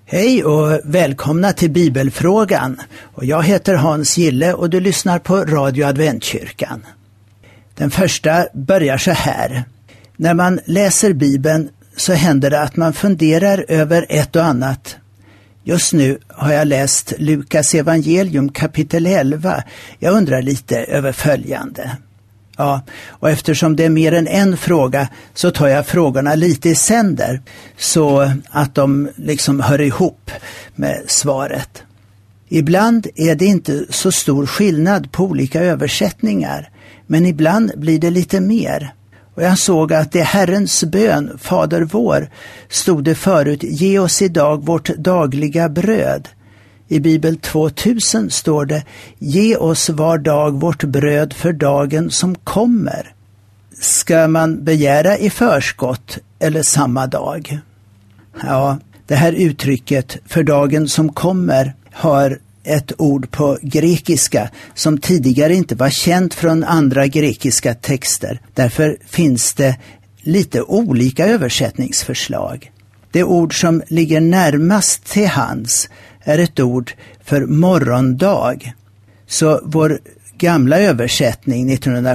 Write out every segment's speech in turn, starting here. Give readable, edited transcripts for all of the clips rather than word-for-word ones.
Hej och välkomna till Bibelfrågan. Och jag heter Hans Gille och du lyssnar på Radio Adventkyrkan. Den första börjar så här. När man läser Bibeln så händer det att man funderar över ett och annat. Just nu har jag läst Lukas evangelium kapitel 11. Jag undrar lite över följande. Ja, och eftersom det är mer än en fråga så tar jag frågorna lite i sänder så att de liksom hör ihop med svaret. Ibland är det inte så stor skillnad på olika översättningar, men ibland blir det lite mer. Och jag såg att det Herrens bön, Fader vår, stod det förut, ge oss idag vårt dagliga bröd. I Bibel 2000 står det, ge oss var dag vårt bröd för dagen som kommer. Ska man begära i förskott eller samma dag? Ja, det här uttrycket för dagen som kommer har ett ord på grekiska som tidigare inte var känt från andra grekiska texter. Därför finns det lite olika översättningsförslag. Det ord som ligger närmast till hands är ett ord för morgondag. Så vår gamla översättning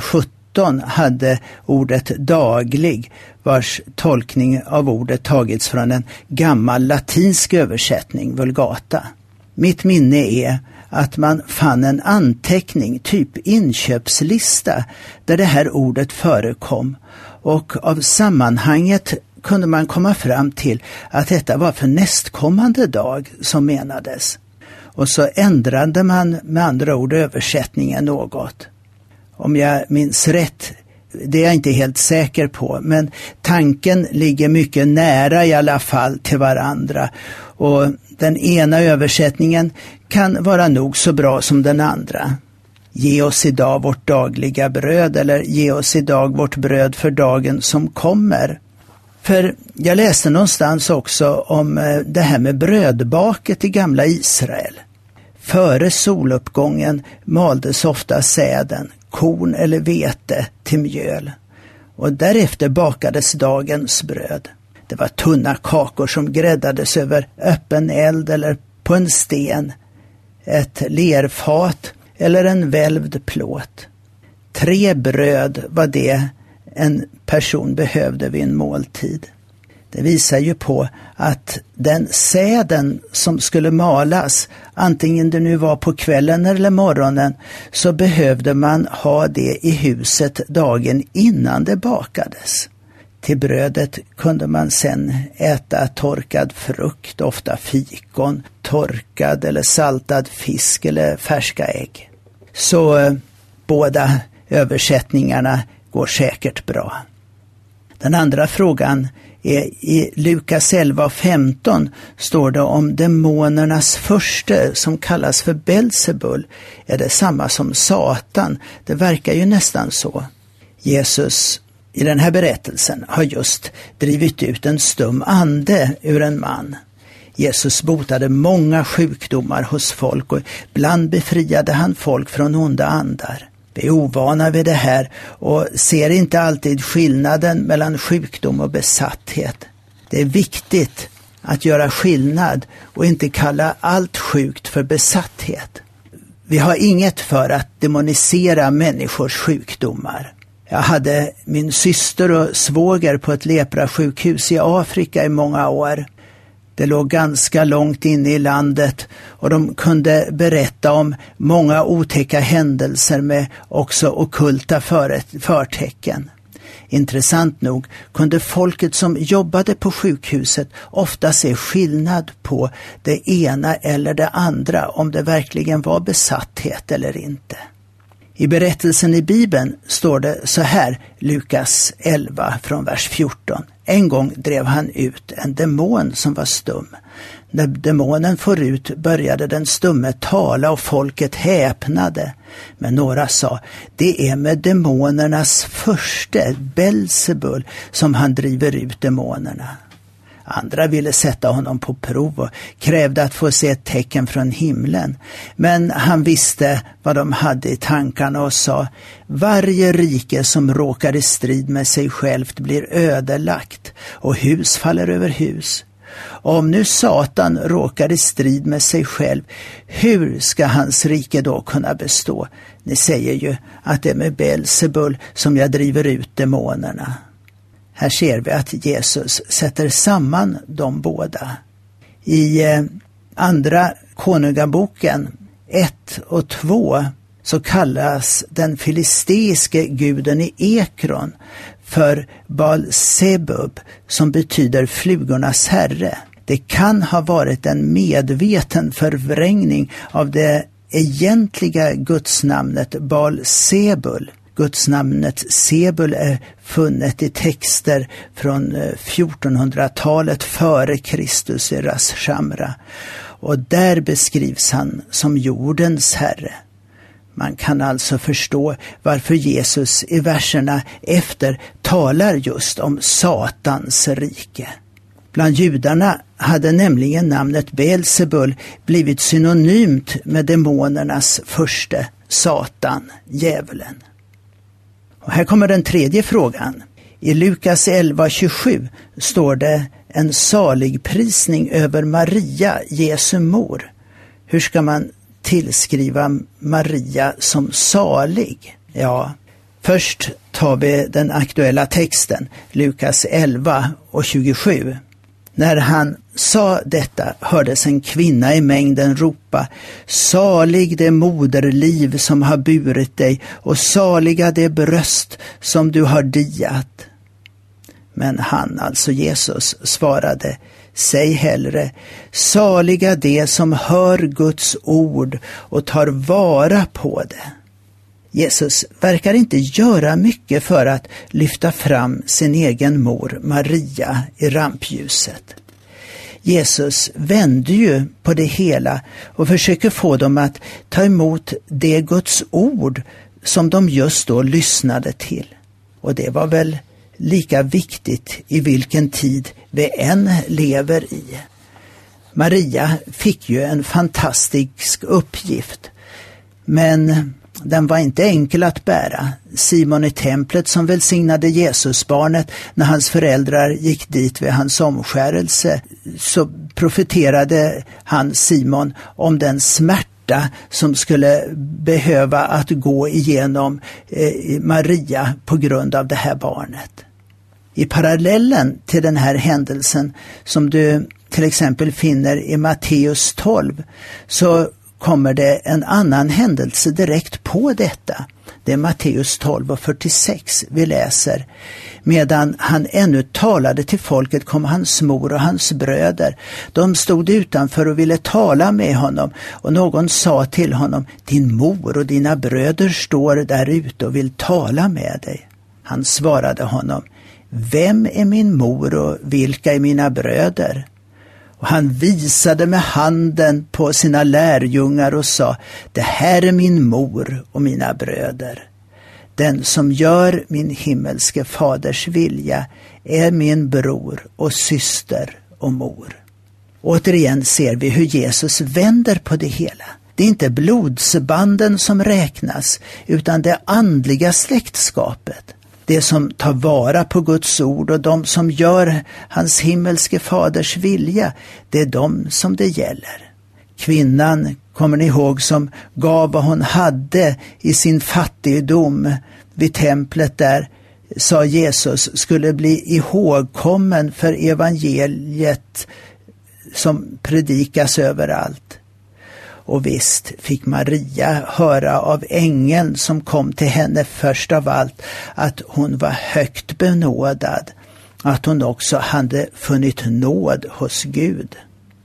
1917 hade ordet daglig, vars tolkning av ordet tagits från en gammal latinsk översättning, Vulgata. Mitt minne är att man fann en anteckning, typ inköpslista, där det här ordet förekom. Och av sammanhanget kunde man komma fram till att detta var för nästkommande dag som menades. Och så ändrade man med andra ord översättningen något. Om jag minns rätt, det är jag inte helt säker på, men tanken ligger mycket nära i alla fall till varandra. Och den ena översättningen kan vara nog så bra som den andra. Ge oss idag vårt dagliga bröd eller ge oss idag vårt bröd för dagen som kommer. För jag läste någonstans också om det här med brödbaket i gamla Israel. Före soluppgången maldes ofta säden, korn eller vete till mjöl. Och därefter bakades dagens bröd. Det var tunna kakor som gräddades över öppen eld eller på en sten, ett lerfat eller en välvd plåt. 3 bröd var det en person behövde vid en måltid. Det visar ju på att den säden som skulle malas, antingen det nu var på kvällen eller morgonen, så behövde man ha det i huset dagen innan det bakades. Till brödet kunde man sen äta torkad frukt, ofta fikon, torkad eller saltad fisk eller färska ägg. Så båda översättningarna går säkert bra. Den andra frågan är i Lukas 11:15 står det om demonernas furste som kallas för Belzebul. Är det samma som Satan? Det verkar ju nästan så. Jesus i den här berättelsen har just drivit ut en stum ande ur en man. Jesus botade många sjukdomar hos folk och ibland befriade han folk från onda andar. Vi är ovana vid det här och ser inte alltid skillnaden mellan sjukdom och besatthet. Det är viktigt att göra skillnad och inte kalla allt sjukt för besatthet. Vi har inget för att demonisera människors sjukdomar. Jag hade min syster och svåger på ett leprasjukhus i Afrika i många år. Det låg ganska långt inne i landet och de kunde berätta om många otäcka händelser med också ockulta förtecken. Intressant nog kunde folket som jobbade på sjukhuset ofta se skillnad på det ena eller det andra, om det verkligen var besatthet eller inte. I berättelsen i Bibeln står det så här, Lukas 11 från vers 14. En gång drev han ut en demon som var stum. När demonen for ut började den stumme tala och folket häpnade. Men några sa, det är med demonernas furste, Belzebul, som han driver ut demonerna. Andra ville sätta honom på prov och krävde att få se ett tecken från himlen. Men han visste vad de hade i tankarna och sa, varje rike som råkar i strid med sig självt blir ödelagt och hus faller över hus. Om nu Satan råkar i strid med sig själv, hur ska hans rike då kunna bestå? Ni säger ju att det är med Beelzebul som jag driver ut demonerna. Här ser vi att Jesus sätter samman de båda. I andra konungaboken 1 och 2 så kallas den filisteiske guden i Ekron för Baal-Zebub, som betyder flugornas herre. Det kan ha varit en medveten förvrängning av det egentliga gudsnamnet Baal-Zebul. Gudsnamnet Zebul är funnet i texter från 1400-talet före Kristus i Ras Shamra, och där beskrivs han som jordens herre. Man kan alltså förstå varför Jesus i verserna efter talar just om Satans rike. Bland judarna hade nämligen namnet Beelzebul blivit synonymt med demonernas furste, Satan, djävulen. Och här kommer den tredje frågan. I Lukas 11:27 står det en saligprisning över Maria, Jesu mor. Hur ska man tillskriva Maria som salig? Ja, först tar vi den aktuella texten, Lukas 11:27. När han sa detta hördes en kvinna i mängden ropa: salig det moderliv som har burit dig, och saliga det bröst som du har diat. Men han, alltså Jesus, svarade: säg hellre, saliga det som hör Guds ord och tar vara på det. Jesus verkar inte göra mycket för att lyfta fram sin egen mor Maria i rampljuset. Jesus vänder ju på det hela och försöker få dem att ta emot det Guds ord som de just då lyssnade till. Och det var väl lika viktigt i vilken tid vi än lever i. Maria fick ju en fantastisk uppgift, men den var inte enkel att bära. Simon i templet som välsignade Jesusbarnet när hans föräldrar gick dit vid hans omskärelse, så profeterade han, Simon, om den smärta som skulle behöva att gå igenom Maria på grund av det här barnet. I parallellen till den här händelsen som du till exempel finner i Matteus 12 så kommer det en annan händelse direkt på detta. Det är Matteus 12:46 vi läser. Medan han ännu talade till folket kom hans mor och hans bröder. De stod utanför och ville tala med honom, och någon sa till honom: din mor och dina bröder står där ute och vill tala med dig. Han svarade honom: vem är min mor och vilka är mina bröder? Och han visade med handen på sina lärjungar och sa: det här är min mor och mina bröder. Den som gör min himmelske faders vilja är min bror och syster och mor. Återigen ser vi hur Jesus vänder på det hela. Det är inte blodsbanden som räknas, utan det andliga släktskapet. Det som tar vara på Guds ord och de som gör hans himmelske faders vilja, det är de som det gäller. Kvinnan, kommer ni ihåg, som gav vad hon hade i sin fattigdom vid templet där, sa Jesus, skulle bli ihågkommen för evangeliet som predikas överallt. Och visst fick Maria höra av ängeln som kom till henne först av allt att hon var högt benådad, att hon också hade funnit nåd hos Gud.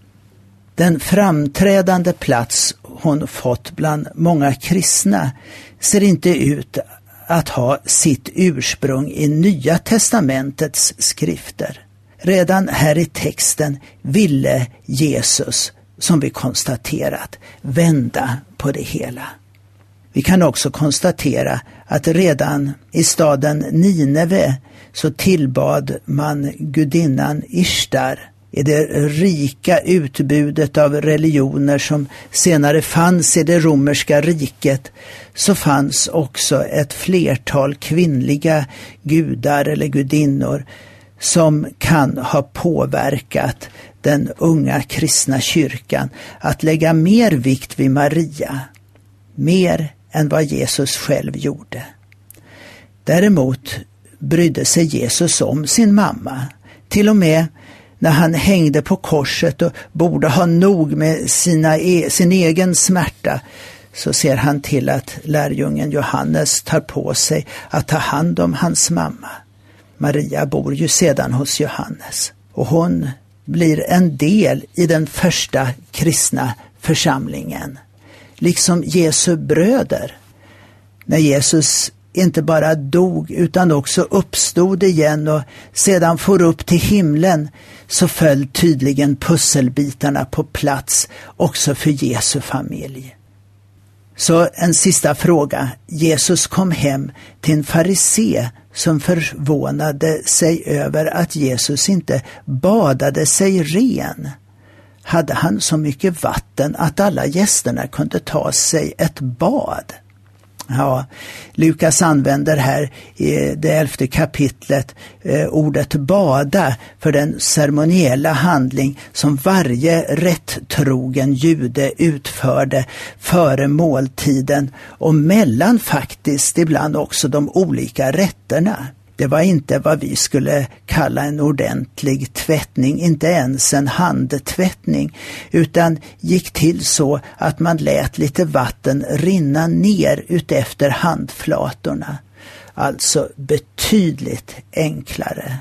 Den framträdande plats hon fått bland många kristna ser inte ut att ha sitt ursprung i Nya testamentets skrifter. Redan här i texten ville Jesus, som vi konstaterat, vända på det hela. Vi kan också konstatera att redan i staden Nineve så tillbad man gudinnan Ishtar. I det rika utbudet av religioner som senare fanns i det romerska riket så fanns också ett flertal kvinnliga gudar eller gudinnor som kan ha påverkat den unga kristna kyrkan att lägga mer vikt vid Maria, mer än vad Jesus själv gjorde. Däremot brydde sig Jesus om sin mamma, till och med när han hängde på korset och borde ha nog med sin egen smärta, så ser han till att lärjungen Johannes tar på sig att ta hand om hans mamma. Maria bor ju sedan hos Johannes och hon blir en del i den första kristna församlingen, liksom Jesu bröder. När Jesus inte bara dog utan också uppstod igen och sedan for upp till himlen, så föll tydligen pusselbitarna på plats också för Jesu familj. Så en sista fråga. Jesus kom hem till en farisé som förvånade sig över att Jesus inte badade sig ren. Hade han så mycket vatten att alla gästerna kunde ta sig ett bad? Ja, Lukas använder här i det 11:e kapitlet ordet bada för den ceremoniella handling som varje rättrogen jude utförde före måltiden och mellan faktiskt ibland också de olika rätterna. Det var inte vad vi skulle kalla en ordentlig tvättning, inte ens en handtvättning, utan gick till så att man lät lite vatten rinna ner utefter handflatorna. Alltså betydligt enklare.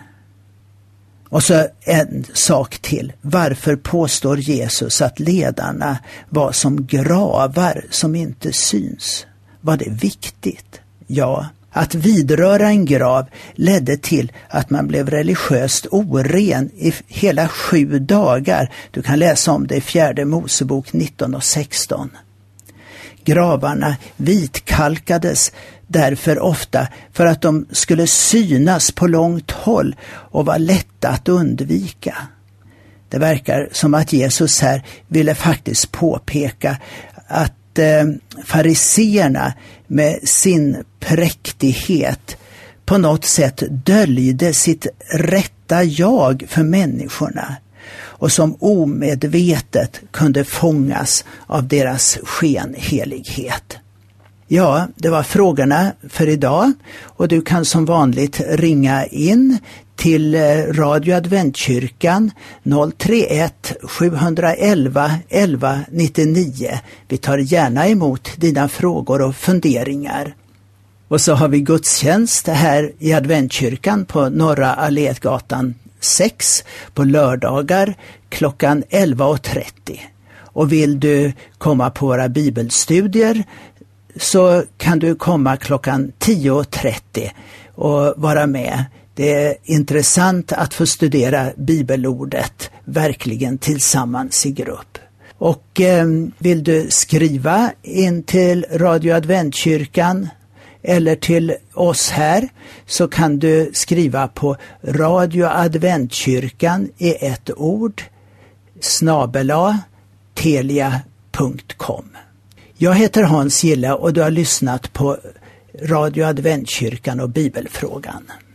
Och så en sak till. Varför påstår Jesus att ledarna var som gravar som inte syns? Var det viktigt? Ja. Att vidröra en grav ledde till att man blev religiöst oren i hela 7 dagar. Du kan läsa om det i 4 Mosebok 19 och 16. Gravarna vitkalkades därför ofta för att de skulle synas på långt håll och var lätta att undvika. Det verkar som att Jesus här ville faktiskt påpeka att fariseerna med sin präktighet på något sätt döljde sitt rätta jag för människorna och som omedvetet kunde fångas av deras skenhelighet. Ja, det var frågorna för idag och du kan som vanligt ringa in till Radio Adventkyrkan 031 711 11 99. Vi tar gärna emot dina frågor och funderingar. Och så har vi gudstjänst här i Adventkyrkan på Norra Allétgatan 6 på lördagar klockan 11.30. Och vill du komma på våra bibelstudier så kan du komma klockan 10.30 och vara med. Det är intressant att få studera bibelordet verkligen tillsammans i grupp. Och vill du skriva in till Radio Adventkyrkan eller till oss här så kan du skriva på Radio Adventkyrkan i ett ord @telia.com. Jag heter Hans Gille och du har lyssnat på Radio Adventkyrkan och Bibelfrågan.